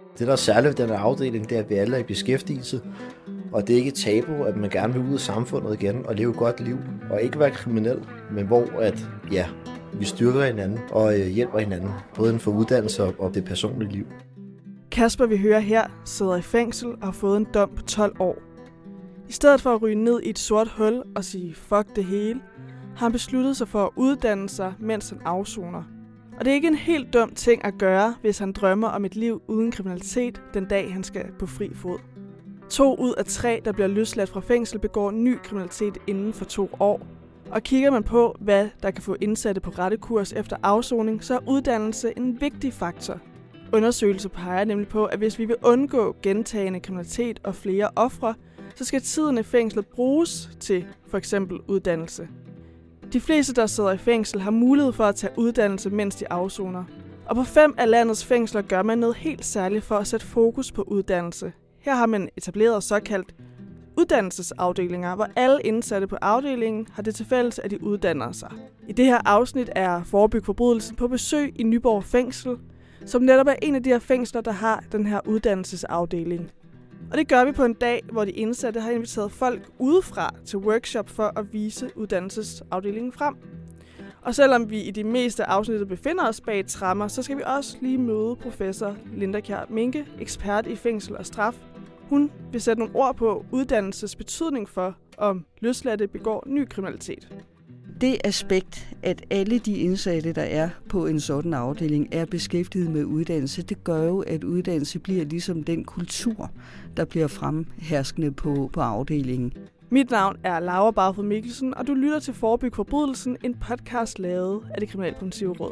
Det, der er særligt ved den her afdeling, det er, at vi alle er i beskæftigelse, og det er ikke et tabu, at man gerne vil ud af samfundet igen og leve et godt liv, og ikke være kriminel, men hvor vi styrker hinanden og hjælper hinanden, både inden for uddannelse og det personlige liv. Kasper, vi hører her, sidder i fængsel og har fået en dom på 12 år. I stedet for at ryge ned i et sort hul og sige fuck det hele, har han besluttet sig for at uddanne sig, mens han afsoner. Og det er ikke en helt dum ting at gøre, hvis han drømmer om et liv uden kriminalitet den dag, han skal på fri fod. 2 ud af 3, der bliver løsladt fra fængsel, begår ny kriminalitet inden for 2 år. Og kigger man på, hvad der kan få indsatte på rette kurs efter afsoning, så er uddannelse en vigtig faktor. Undersøgelser peger nemlig på, at hvis vi vil undgå gentagende kriminalitet og flere ofre, så skal tiden i fængslet bruges til f.eks. uddannelse. De fleste, der sidder i fængsel, har mulighed for at tage uddannelse, mens de afsoner. Og på 5 af landets fængsler gør man noget helt særligt for at sætte fokus på uddannelse. Her har man etableret såkaldt uddannelsesafdelinger, hvor alle indsatte på afdelingen har det til fælles, at de uddanner sig. I det her afsnit er Forebyg Forbrydelsen på besøg i Nyborg Fængsel, som netop er en af de her fængsler, der har den her uddannelsesafdeling. Og det gør vi på en dag, hvor de indsatte har inviteret folk udefra til workshop for at vise uddannelsesafdelingen frem. Og selvom vi i de meste afsnit befinder os bag tremmer, så skal vi også lige møde professor Linda Kjær Minke, ekspert i fængsel og straf. Hun vil sætte nogle ord på uddannelses betydning for, om løsladte begår ny kriminalitet. Det aspekt, at alle de indsatte, der er på en sådan afdeling, er beskæftiget med uddannelse, det gør jo, at uddannelse bliver ligesom den kultur, der bliver fremherskende på afdelingen. Mit navn er Laura Barfod Mikkelsen, og du lytter til Forebyg Forbrydelsen, en podcast lavet af det Kriminalpræventive Råd.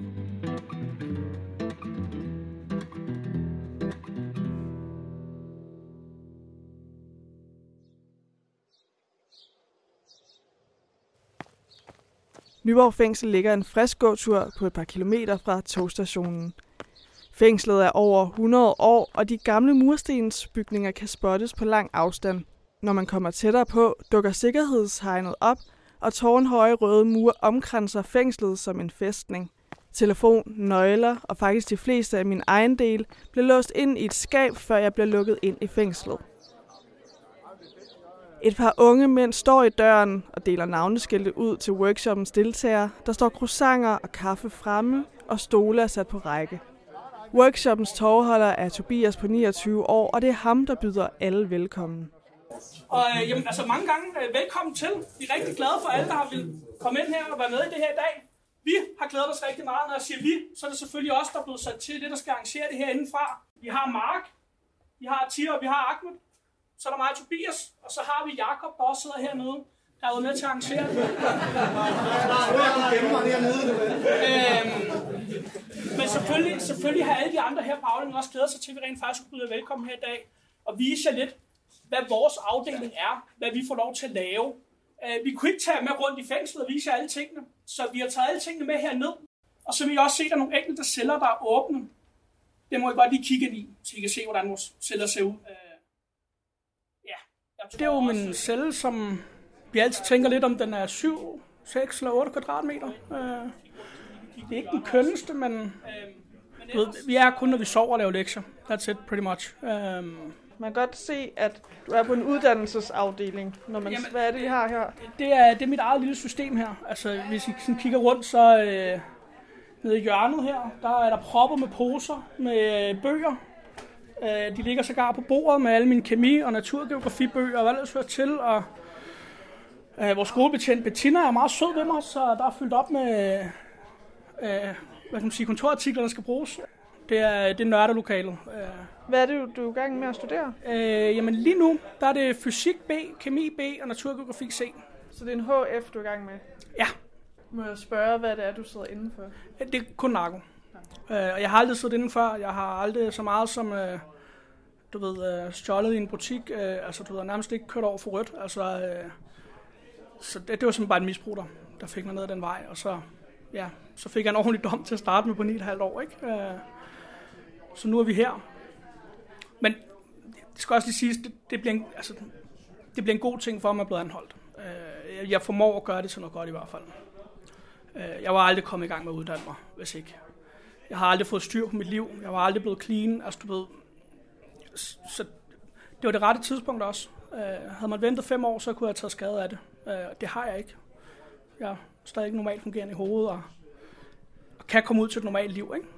Nyborg Fængsel ligger en frisk gåtur på et par kilometer fra togstationen. Fængslet er over 100 år, og de gamle murstensbygninger kan spottes på lang afstand. Når man kommer tættere på, dukker sikkerhedshegnet op, og tårnhøje røde mure omkranser fængslet som en fæstning. Telefon, nøgler og faktisk de fleste af min egen del blev låst ind i et skab, før jeg blev lukket ind i fængslet. Et par unge mænd står i døren og deler navneskilte ud til workshoppens deltagere. Der står croissanter og kaffe fremme, og stole er sat på række. Workshoppens tovholder er Tobias på 29 år, og det er ham, der byder alle velkommen. Og mange gange velkommen til. Vi er rigtig glade for alle, der har vil komme ind her og være med i det her i dag. Vi har glædet os rigtig meget. Når jeg siger vi, så er det selvfølgelig os, der er blevet sat til det, der skal arrangere det her indenfra. Vi har Mark, vi har Tia og vi har Ahmed. Så er der mig og Tobias, og så har vi Jakob, der også sidder hernede, der er jo med til at arrangere det. Men selvfølgelig har alle de andre her på afdelingen også glædet sig til, at vi rent faktisk kunne byde velkommen her i dag, og vise jer lidt, hvad vores afdeling er, hvad vi får lov til at lave. Vi kunne ikke tage med rundt i fængslet og vise jer alle tingene, så vi har taget alle tingene med herned, og så vil I også se, at der er nogle enkelte celler, der er åbne. Det må I godt lige kigge ind i, så I kan se, hvordan vores celler ser ud. Det er jo en celle, som vi altid tænker lidt om, den er 7, 6 eller 8 kvadratmeter. Det er ikke den kønneste, men vi er kun, når vi sover og laver lektier. That's it, pretty much. Man kan godt se, at du er på en uddannelsesafdeling. Hvad er det, I har her? Det er mit eget lille system her. Altså, hvis I sådan kigger rundt, så nede i hjørnet her, der er der proppet med poser med bøger. De ligger sågar på bordet med alle mine kemi- og naturgeografibøger og hvad der hører til. Og vores skolebetjent Bettina er meget sød ved mig, så der er fyldt op med kontorartikler, der skal bruges. Det er nørdelokalet. Hvad er det, du er i gang med at studere? Jamen lige nu, der er det fysik B, kemi B og naturgeografi C. Så det er en HF, du er i gang med? Ja. Må jeg spørge, hvad det er, du sidder indenfor? Det er kun narko. Og jeg har aldrig siddet indenfor. Jeg har aldrig så meget som, stjålet i en butik. Nærmest ikke kørt over for rødt. Så det var simpelthen bare en misbrug, der fik mig ned ad den vej. Og så fik jeg en ordentlig dom til at starte med på 9,5 år. Ikke? Så nu er vi her. Men det skal også lige siges, det bliver en god ting for mig at blive anholdt. Jeg formår at gøre det til noget godt i hvert fald. Jeg var aldrig kommet i gang med at uddanne mig, hvis ikke. Jeg har aldrig fået styr på mit liv. Jeg var aldrig blevet clean. Så det var det rette tidspunkt også. Havde man ventet 5 år, så kunne jeg have taget skade af det. Det har jeg ikke. Jeg er stadig ikke normalt fungerende i hovedet, og kan komme ud til et normalt liv, ikke?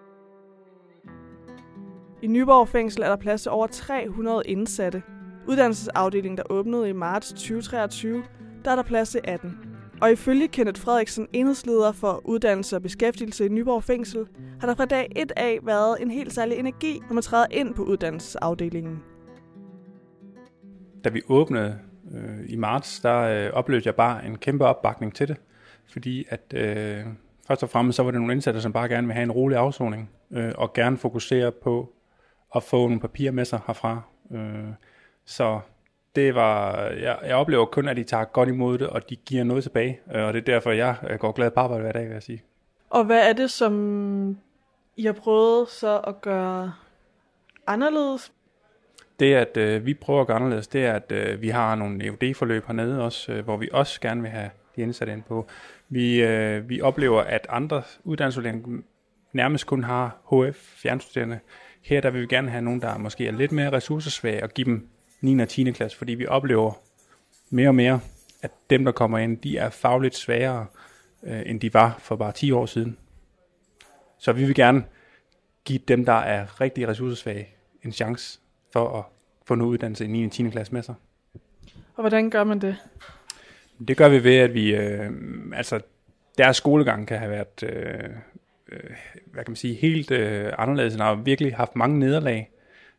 I Nyborg Fængsel er der plads til over 300 indsatte. Uddannelsesafdelingen, der åbnede i marts 2023, der er der plads til 18. Og ifølge Kenneth Frederiksen, enhedsleder for uddannelse og beskæftigelse i Nyborg Fængsel, har der fra dag 1 af været en helt særlig energi, når man træder ind på uddannelsesafdelingen. Da vi åbnede i marts, der oplevede jeg bare en kæmpe opbakning til det. Fordi at først og fremmest så var det nogle indsatte, som bare gerne vil have en rolig afsoning, og gerne fokusere på at få nogle papirer med sig herfra. Så det var, jeg oplever kun, at de tager godt imod det, og de giver noget tilbage. Og det er derfor, jeg går glad på arbejde hver dag, vil jeg sige. Og hvad er det, som I har prøvet så at gøre anderledes? Det, at vi prøver at gøre anderledes, det er, at vi har nogle EUD-forløb hernede også, hvor vi også gerne vil have de indsatte ind på. Vi oplever, at andre uddannelsesudlændinge nærmest kun har HF, fjernstuderende. Her der vil vi gerne have nogen, der måske er lidt mere ressourcesvage, og give dem 9. og 10. klasse, fordi vi oplever mere og mere, at dem, der kommer ind, de er fagligt svagere, end de var for bare 10 år siden. Så vi vil gerne give dem, der er rigtig ressourcesvage, en chance for at få noget uddannelse i 9. og 10. klasse med sig. Og hvordan gør man det? Det gør vi ved, at vi, deres skolegang kan have været, hvad kan man sige, helt anderledes, og har virkelig haft mange nederlag.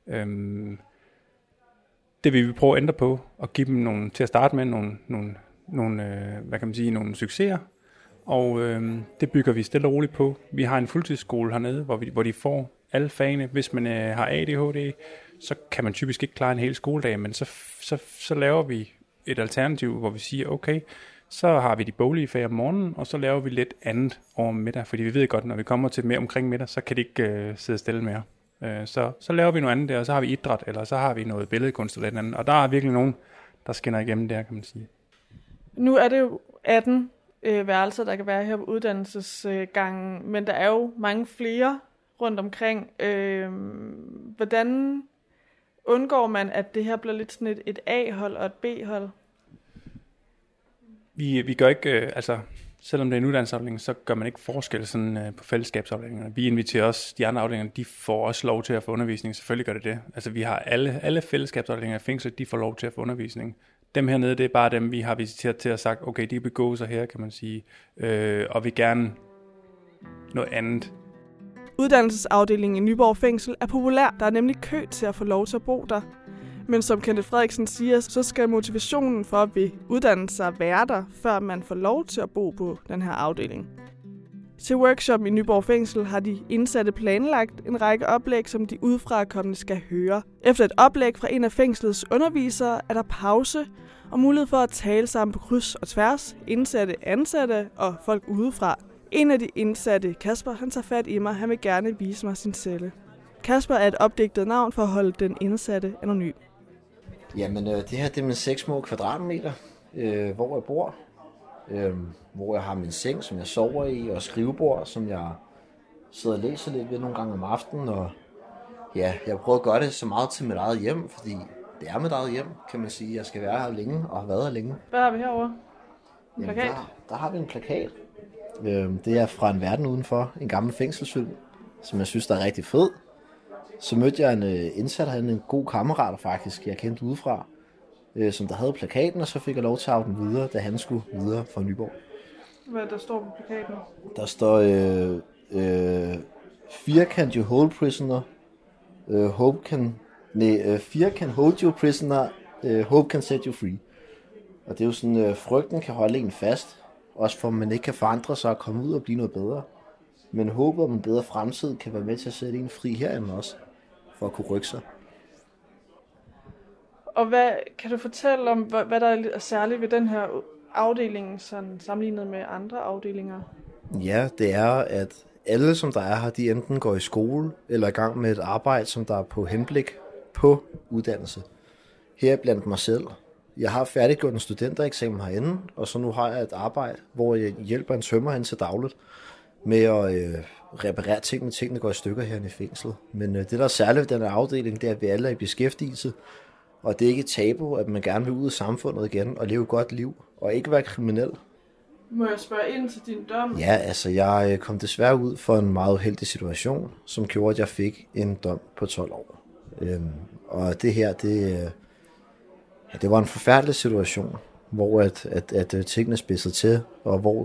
Det vil vi prøve at ændre på, og give dem nogle, til at starte med nogle hvad kan man sige, nogle succeser, og det bygger vi stille og roligt på. Vi har en fuldtidsskole hernede, hvor de får alle fagene. Hvis man har ADHD, så kan man typisk ikke klare en hel skoledag, men så laver vi et alternativ, hvor vi siger, okay, så har vi de boglige fag om morgenen, og så laver vi lidt andet over middag, fordi vi ved godt, når vi kommer til mere omkring middag, så kan de ikke sidde stille mere. Så laver vi noget andet der, og så har vi idræt, eller så har vi noget billedkunst eller et andet, og der er virkelig nogen, der skinner igennem der, kan man sige. Nu er det jo 18 værelser, der kan være her på uddannelsesgangen, men der er jo mange flere rundt omkring. Hvordan undgår man, at det her bliver lidt sådan et A-hold og et B-hold? Vi gør ikke, selvom det er en uddannelsesafdeling, så gør man ikke forskel sådan, på fællesskabsafdelingerne. Vi inviterer også de andre afdelinger, de får også lov til at få undervisning. Selvfølgelig gør det det. Altså vi har alle fællesskabsafdelinger i fængslet, de får lov til at få undervisning. Dem hernede, det er bare dem, vi har visiteret til at sagt, okay, de begå sig her, kan man sige, og vi gerne noget andet. Uddannelsesafdelingen i Nyborg Fængsel er populær. Der er nemlig kø til at få lov til at bo der. Men som Kenneth Frederiksen siger, så skal motivationen for at vil uddanne sig være der, før man får lov til at bo på den her afdeling. Til workshoppen i Nyborg Fængsel har de indsatte planlagt en række oplæg, som de udefrakommende skal høre. Efter et oplæg fra en af fængslets undervisere er der pause og mulighed for at tale sammen på kryds og tværs, indsatte, ansatte og folk udefra. En af de indsatte, Kasper, han tager fat i mig. Han vil gerne vise mig sin celle. Kasper er et opdigtet navn for at holde den indsatte anonym. Jamen, det her det er med 6 små kvadratmeter, hvor jeg bor. Hvor jeg har min seng, som jeg sover i, og skrivebord, som jeg sidder og læser lidt ved nogle gange om aftenen. Og ja, jeg prøver at gøre det så meget til mit eget hjem, fordi det er mit eget hjem, kan man sige. Jeg skal være her længe, og har været her længe. Hvad har vi herovre? En plakat? Der har vi en plakat. Det er fra en verden udenfor, en gammel fængselsfilm, som jeg synes, der er rigtig fed. Så mødte jeg en indsat herinde, en god kammerat faktisk, jeg kendte udefra, som der havde plakaten, og så fik jeg lov til at den videre, da han skulle videre fra Nyborg. Hvad der står på plakaten? Der står, fear can you hold prisoner, fear can hold you prisoner, hope can set you free. Og det er jo sådan, frygten kan holde en fast, også for man ikke kan forandre sig og komme ud og blive noget bedre. Men håbet om en bedre fremtid kan være med til at sætte en fri herinde også, for at kunne rykke sig. Og hvad kan du fortælle om, hvad der er særligt ved den her afdeling, sådan sammenlignet med andre afdelinger? Ja, det er, at alle, som der er her, de enten går i skole eller er i gang med et arbejde, som der er på henblik på uddannelse. Her blandt mig selv. Jeg har færdiggjort en studentereksamen herinde, og så nu har jeg et arbejde, hvor jeg hjælper en tømrer hen til dagligt med reparere tingene går i stykker herinde i fængslet. Men det, der er særligt ved den her afdeling, det er, at vi alle er i beskæftigelse, og det er ikke et tabu, at man gerne vil ud i samfundet igen og leve et godt liv, og ikke være kriminel. Må jeg spørge ind til din dom? Ja, altså jeg kom desværre ud for en meget uheldig situation, som gjorde, at jeg fik en dom på 12 år. Og det her, det var en forfærdelig situation, hvor at tingene spidsede til, og hvor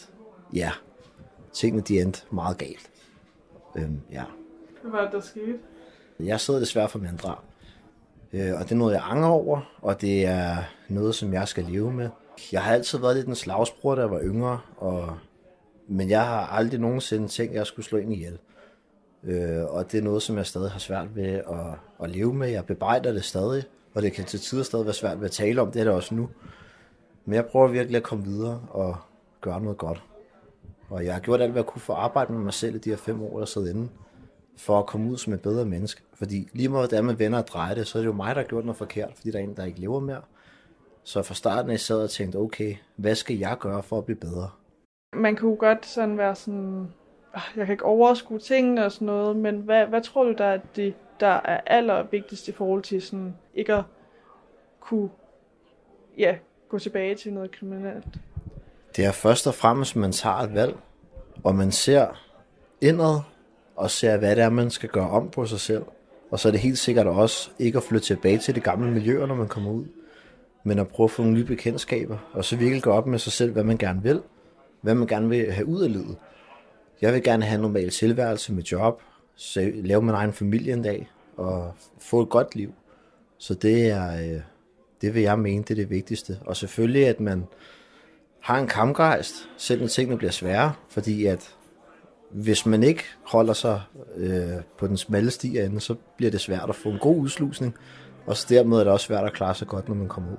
tingene de endte meget galt. Hvad var det, der skete? Jeg sidder desværre for manddrab. Og det er noget, jeg angrer over, og det er noget, som jeg skal leve med. Jeg har altid været lidt en slagsbror, da jeg var yngre, men jeg har aldrig nogensinde tænkt, at jeg skulle slå en ihjel. Og det er noget, som jeg stadig har svært ved at leve med. Jeg bebrejder det stadig, og det kan til tider stadig være svært ved at tale om. Det er det også nu. Men jeg prøver virkelig at komme videre og gøre noget godt. Og jeg har gjort alt, hvad jeg kunne for at arbejde med mig selv i de her 5 år, der sad inde, for at komme ud som et bedre menneske. Fordi lige meget, da man vender og drejer det, så er det jo mig, der har gjort noget forkert, fordi der er en, der ikke lever mere. Så fra starten af jeg sad og tænkte, okay, hvad skal jeg gøre for at blive bedre? Man kunne godt sådan være sådan, jeg kan ikke overskue tingene og sådan noget, men hvad tror du, der er det, der er allervigtigst i forhold til sådan, ikke at kunne gå tilbage til noget kriminelt? Det er først og fremmest, at man tager et valg, og man ser indad, og ser, hvad det er, man skal gøre om på sig selv. Og så er det helt sikkert også ikke at flytte tilbage til de gamle miljøer, når man kommer ud, men at prøve at få nogle nye bekendtskaber, og så virkelig gå op med sig selv, hvad man gerne vil, hvad man gerne vil have ud af livet. Jeg vil gerne have en normal tilværelse med job, lave min egen familie en dag, og få et godt liv. Så det vil jeg mene, det er det vigtigste. Og selvfølgelig, at man har en kampgejst, selv når tingene bliver svære, fordi at hvis man ikke holder sig på den smalle sti ende, så bliver det svært at få en god udslusning, og så dermed er det også svært at klare sig godt, når man kommer ud.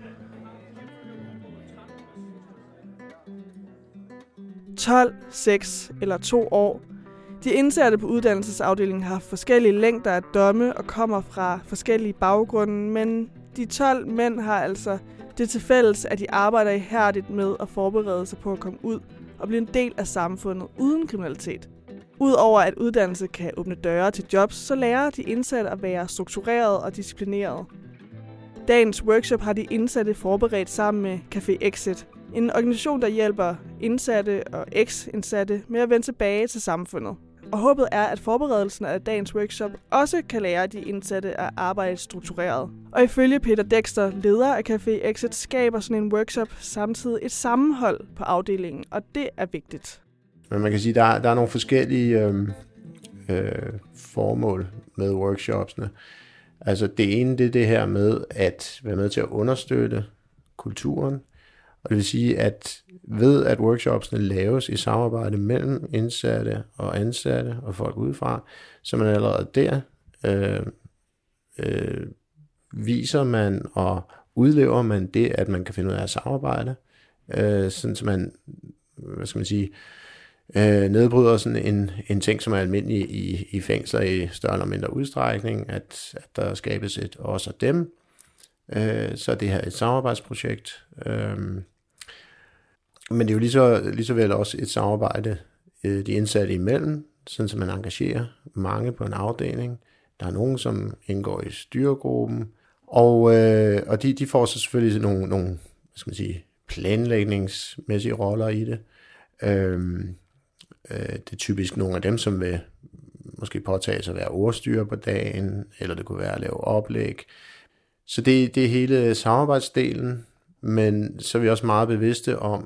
– 12, 6 eller 2 år. De indsatte på uddannelsesafdelingen har forskellige længder af domme og kommer fra forskellige baggrunde, men de 12 mænd har altså det til fælles, at de arbejder ihærdigt med at forberede sig på at komme ud og blive en del af samfundet uden kriminalitet. Udover at uddannelse kan åbne døre til jobs, så lærer de indsatte at være struktureret og disciplineret. Dagens workshop har de indsatte forberedt sammen med Café Exit, en organisation, der hjælper indsatte og ex-indsatte med at vende tilbage til samfundet. Og håbet er, at forberedelsen af dagens workshop også kan lære de indsatte at arbejde struktureret. Og ifølge Peter Dexter, leder af Café Exit, skaber sådan en workshop samtidig et sammenhold på afdelingen, og det er vigtigt. Men man kan sige, at der er nogle forskellige formål med workshopsene. Altså det ene, det er det her med at være med til at understøtte kulturen. Og det vil sige, at ved at workshopsene laves i samarbejde mellem indsatte og ansatte og folk udefra, så man allerede der viser man og udlever man det, at man kan finde ud af at samarbejde, sådan så man, nedbryder sådan en ting, som er almindelig i fængsler i større eller mindre udstrækning, at der skabes et os og dem. Så det her er et samarbejdsprojekt. Men det er jo lige så vel også et samarbejde de indsatte imellem, sådan så man engagerer mange på en afdeling. Der er nogen, som indgår i styregruppen, og de får så selvfølgelig nogle planlægningsmæssige roller i det. Det er typisk nogle af dem, som vil måske påtage sig at være ordstyrer på dagen, eller det kunne være at lave oplæg. Så det er hele samarbejdsdelen, men så er vi også meget bevidste om,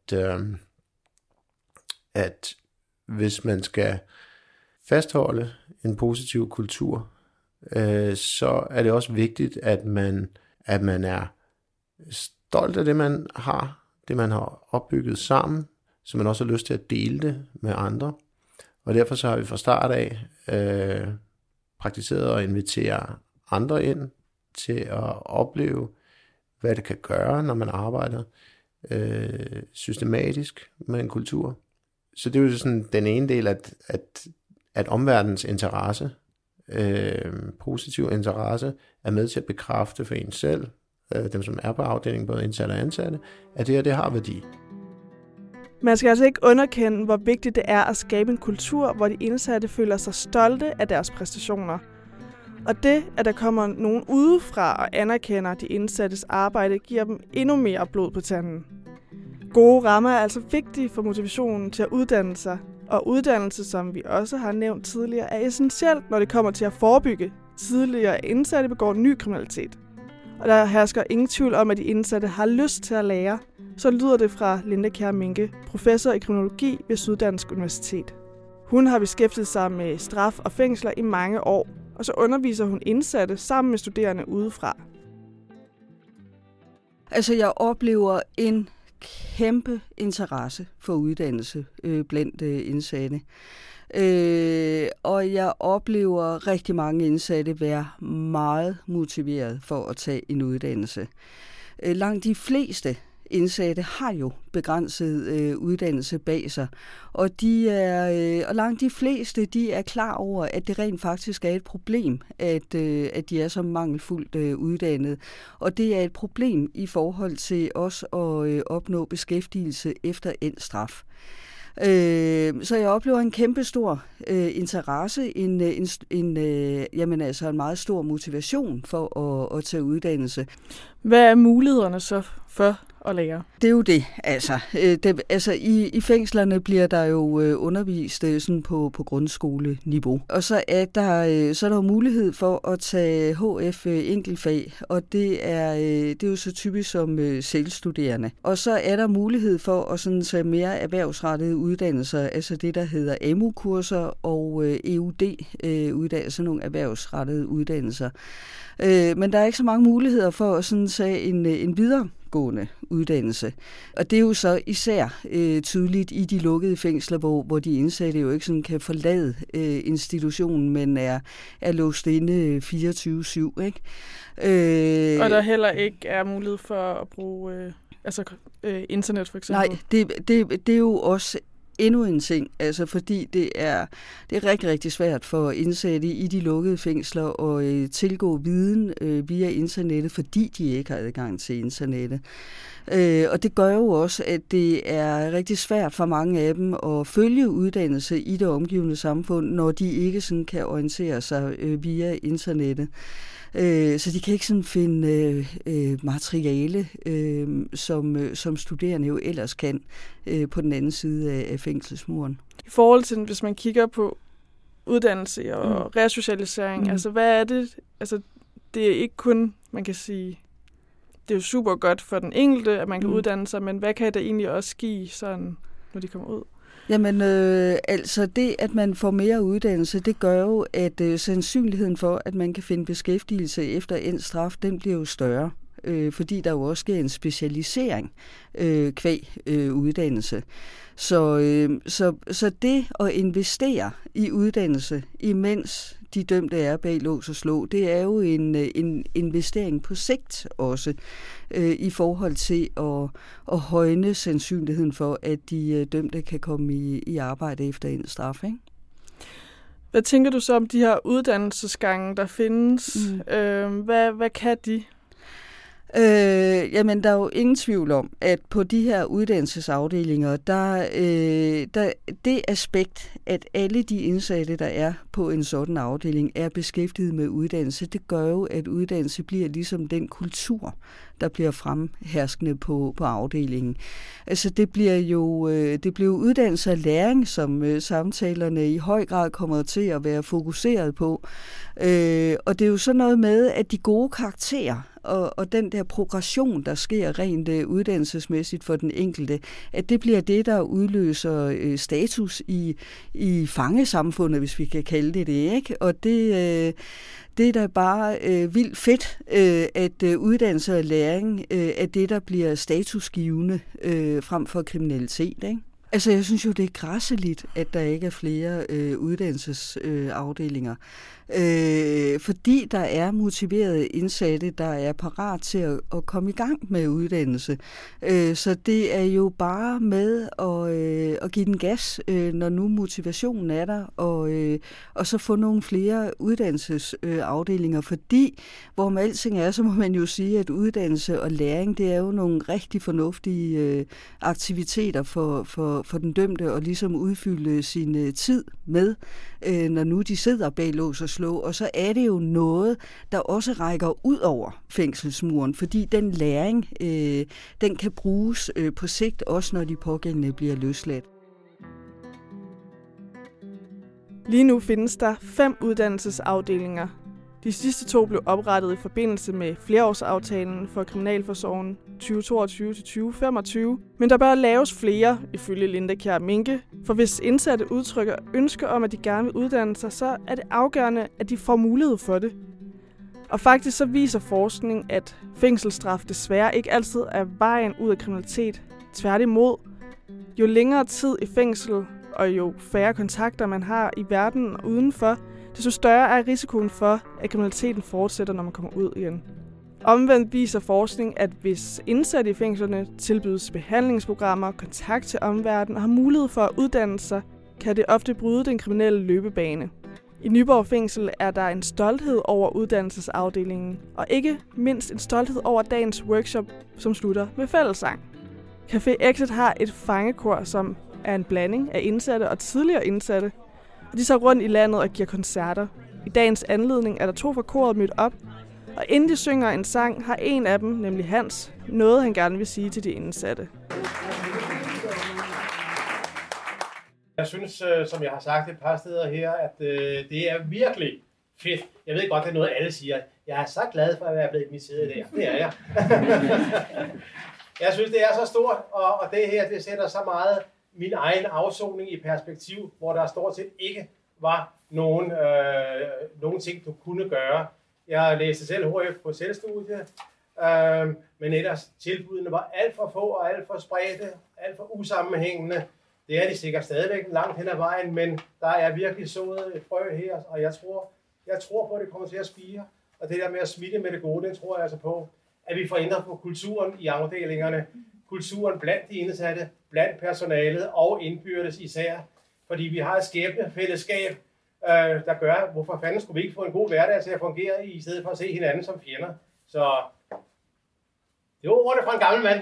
at hvis man skal fastholde en positiv kultur, så er det også vigtigt, at man er stolt af det, man har opbygget sammen, så man også har lyst til at dele det med andre. Og derfor så har vi fra start af praktiseret at invitere andre ind til at opleve, hvad det kan gøre, når man arbejder systematisk med en kultur. Så det er jo sådan den ene del, at omverdenens interesse, positiv interesse, er med til at bekræfte for en selv, dem som er på afdelingen, både indsatte og ansatte, at det her, det har værdi. Man skal altså ikke underkende, hvor vigtigt det er at skabe en kultur, hvor de indsatte føler sig stolte af deres præstationer. Og det, at der kommer nogen udefra og anerkender de indsattes arbejde, giver dem endnu mere blod på tanden. Gode rammer er altså vigtige for motivationen til at uddanne sig, og uddannelse, som vi også har nævnt tidligere, er essentielt, når det kommer til at forebygge tidligere indsatte begår ny kriminalitet. Og der hersker ingen tvivl om, at de indsatte har lyst til at lære. Så lyder det fra Linda Kjær Minke, professor i kriminologi ved Syddansk Universitet. Hun har beskæftiget sig med straf og fængsler i mange år, og så underviser hun indsatte sammen med studerende udefra. Altså, jeg oplever en kæmpe interesse for uddannelse blandt indsatte. Og jeg oplever rigtig mange indsatte være meget motiveret for at tage en uddannelse. Langt de fleste indsatte har jo begrænset uddannelse bag sig, og og langt de fleste de er klar over, at det rent faktisk er et problem, at de er så mangelfuldt uddannet, og det er et problem i forhold til også at opnå beskæftigelse efter endt straf. Så jeg oplever en kæmpe stor interesse, en meget stor motivation for at tage uddannelse. Hvad er mulighederne så for at lære? Det er jo det. I fængslerne bliver der jo undervist sådan på grundskoleniveau. Og så er der jo mulighed for at tage HF enkeltfag, og det er jo så typisk som selvstuderende. Og så er der mulighed for at sådan tage mere erhvervsrettede uddannelser, altså det, der hedder AMU-kurser og EUD-uddannelser, nogle erhvervsrettede uddannelser. Men der er ikke så mange muligheder for at sådan tage en videregående uddannelse. Og det er jo så især tydeligt i de lukkede fængsler, hvor de indsatte jo ikke sådan kan forlade institutionen, men er låst inde 24/7, ikke? Og der heller ikke er mulighed for at bruge internet for eksempel? Nej, det er jo også endnu en ting, altså fordi det er rigtig, rigtig svært for indsatte i de lukkede fængsler at tilgå viden via internettet, fordi de ikke har adgang til internettet. Og det gør jo også, at det er rigtig svært for mange af dem at følge uddannelse i det omgivende samfund, når de ikke sådan kan orientere sig via internettet. Så de kan ikke sådan finde materiale, som studerende jo ellers kan på den anden side af fængselsmuren. I forhold til, hvis man kigger på uddannelse og resocialisering, altså hvad er det? Altså det er ikke kun, man kan sige, det er jo super godt for den enkelte, at man kan uddanne sig, men hvad kan det egentlig også give, sådan, når de kommer ud? Jamen, altså det, at man får mere uddannelse, det gør jo, at sandsynligheden for, at man kan finde beskæftigelse efter endt straf, den bliver jo større, fordi der jo også sker en specialisering kvæg uddannelse. Så det at investere i uddannelse, imens de dømte er bag lås og slå, det er jo en investering på sigt også, i forhold til at højne sandsynligheden for, at de dømte kan komme i arbejde efter endt straf, ikke? Hvad tænker du så om de her uddannelsesgange, der findes? Hvad kan de? Jamen, der er jo ingen tvivl om, at på de her uddannelsesafdelinger, det aspekt, at alle de indsatte, der er på en sådan afdeling, er beskæftiget med uddannelse, det gør jo, at uddannelse bliver ligesom den kultur, der bliver fremherskende på afdelingen. Altså, det bliver uddannelse og læring, som samtalerne i høj grad kommer til at være fokuseret på. Og det er jo sådan noget med, at de gode karakterer og den der progression, der sker rent uddannelsesmæssigt for den enkelte, at det bliver det, der udløser status i fangesamfundet, hvis vi kan kalde det det, ikke? Og det er da bare vildt fedt, at uddannelse og læring er det, der bliver statusgivende frem for kriminalitet, ikke? Altså, jeg synes jo, det er græsseligt, at der ikke er flere uddannelsesafdelinger. Fordi der er motiverede indsatte, der er parat til at komme i gang med uddannelse. Så det er jo bare med at give den gas, når nu motivationen er der, og så få nogle flere uddannelsesafdelinger. Fordi, hvor man alting er, så må man jo sige, at uddannelse og læring, det er jo nogle rigtig fornuftige aktiviteter for den dømte at ligesom udfylde sin tid med, når nu de sidder bag lås og slå. Og så er det jo noget, der også rækker ud over fængselsmuren, fordi den læring, den kan bruges på sigt, også når de pågældende bliver løsladt. Lige nu findes der 5 uddannelsesafdelinger. De sidste 2 blev oprettet i forbindelse med flereårsaftalen for Kriminalforsorgen 2022-2025, men der bør laves flere, ifølge Linda Kjær Minke, for hvis indsatte udtrykker ønske om, at de gerne vil uddanne sig, så er det afgørende, at de får mulighed for det. Og faktisk så viser forskning, at fængselsstraf desværre ikke altid er vejen ud af kriminalitet. Tværtimod, jo længere tid i fængsel og jo færre kontakter man har i verden og udenfor, desto større er risikoen for, at kriminaliteten fortsætter, når man kommer ud igen. Omvendt viser forskning, at hvis indsatte i fængslerne tilbydes behandlingsprogrammer, kontakt til omverdenen og har mulighed for at uddanne sig, kan det ofte bryde den kriminelle løbebane. I Nyborg Fængsel er der en stolthed over uddannelsesafdelingen, og ikke mindst en stolthed over dagens workshop, som slutter med fællessang. Café Exit har et fangekor, som er en blanding af indsatte og tidligere indsatte, og de tager rundt i landet og giver koncerter. I dagens anledning er der 2 fra koret mødt op, og inden de synger en sang, har en af dem, nemlig Hans, noget han gerne vil sige til de indsatte. Jeg synes, som jeg har sagt et par steder her, at det er virkelig fedt. Jeg ved godt, det er noget, alle siger. Jeg er så glad for at være blevet inviteret i dag. Det er jeg. Jeg synes, det er så stort, og det her, det sætter så meget min egen afsoning i perspektiv, hvor der stort set ikke var nogen ting, du kunne gøre. Jeg læste selv HF på selvstudie, men ellers tilbudene var alt for få og alt for spredte, alt for usammenhængende. Det er de sikkert stadigvæk langt hen ad vejen, men der er virkelig sået et frø her, og jeg tror på, at det kommer til at spire. Og det der med at smitte med det gode, det tror jeg altså på, at vi får ændret på kulturen i afdelingerne, kulturen blandt de indsatte, blandt personalet og indbyrdes især, fordi vi har et skæbnefællesskab, der gør, hvorfor fanden skulle vi ikke få en god hverdag til at fungere, i stedet for at se hinanden som fjender. Så det var ordet fra en gammel mand.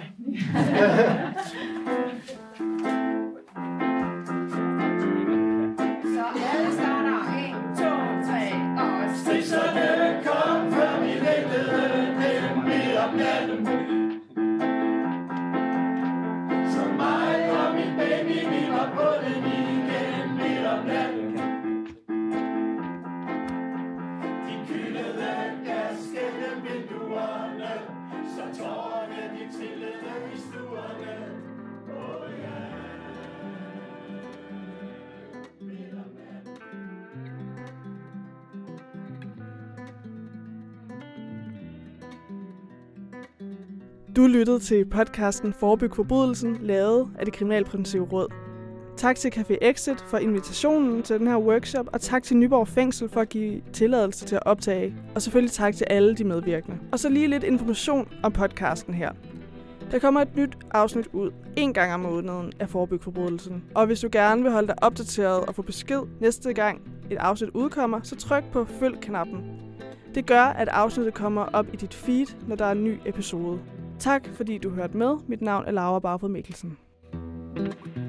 Så alle starter 1, 2, 3 og strisserne kom, før vi væltede dem midt om natten. Så mig og min baby, vi var på den igen midt om natten. De kyldede gas gennem vinduerne, så tårerne de trillede i stuerne. Oh yeah. Du lyttede til podcasten Forebyg forbrydelsen, lavet af Det Kriminalpræventive Råd. Tak til Café Exit for invitationen til den her workshop, og tak til Nyborg Fængsel for at give tilladelse til at optage. Og selvfølgelig tak til alle de medvirkende. Og så lige lidt information om podcasten her. Der kommer et nyt afsnit ud 1 gang om måneden af Forebyg forbrydelsen. Og hvis du gerne vil holde dig opdateret og få besked næste gang et afsnit udkommer, så tryk på følg-knappen. Det gør, at afsnittet kommer op i dit feed, når der er en ny episode. Tak fordi du hørte med. Mit navn er Laura Barfod Mikkelsen.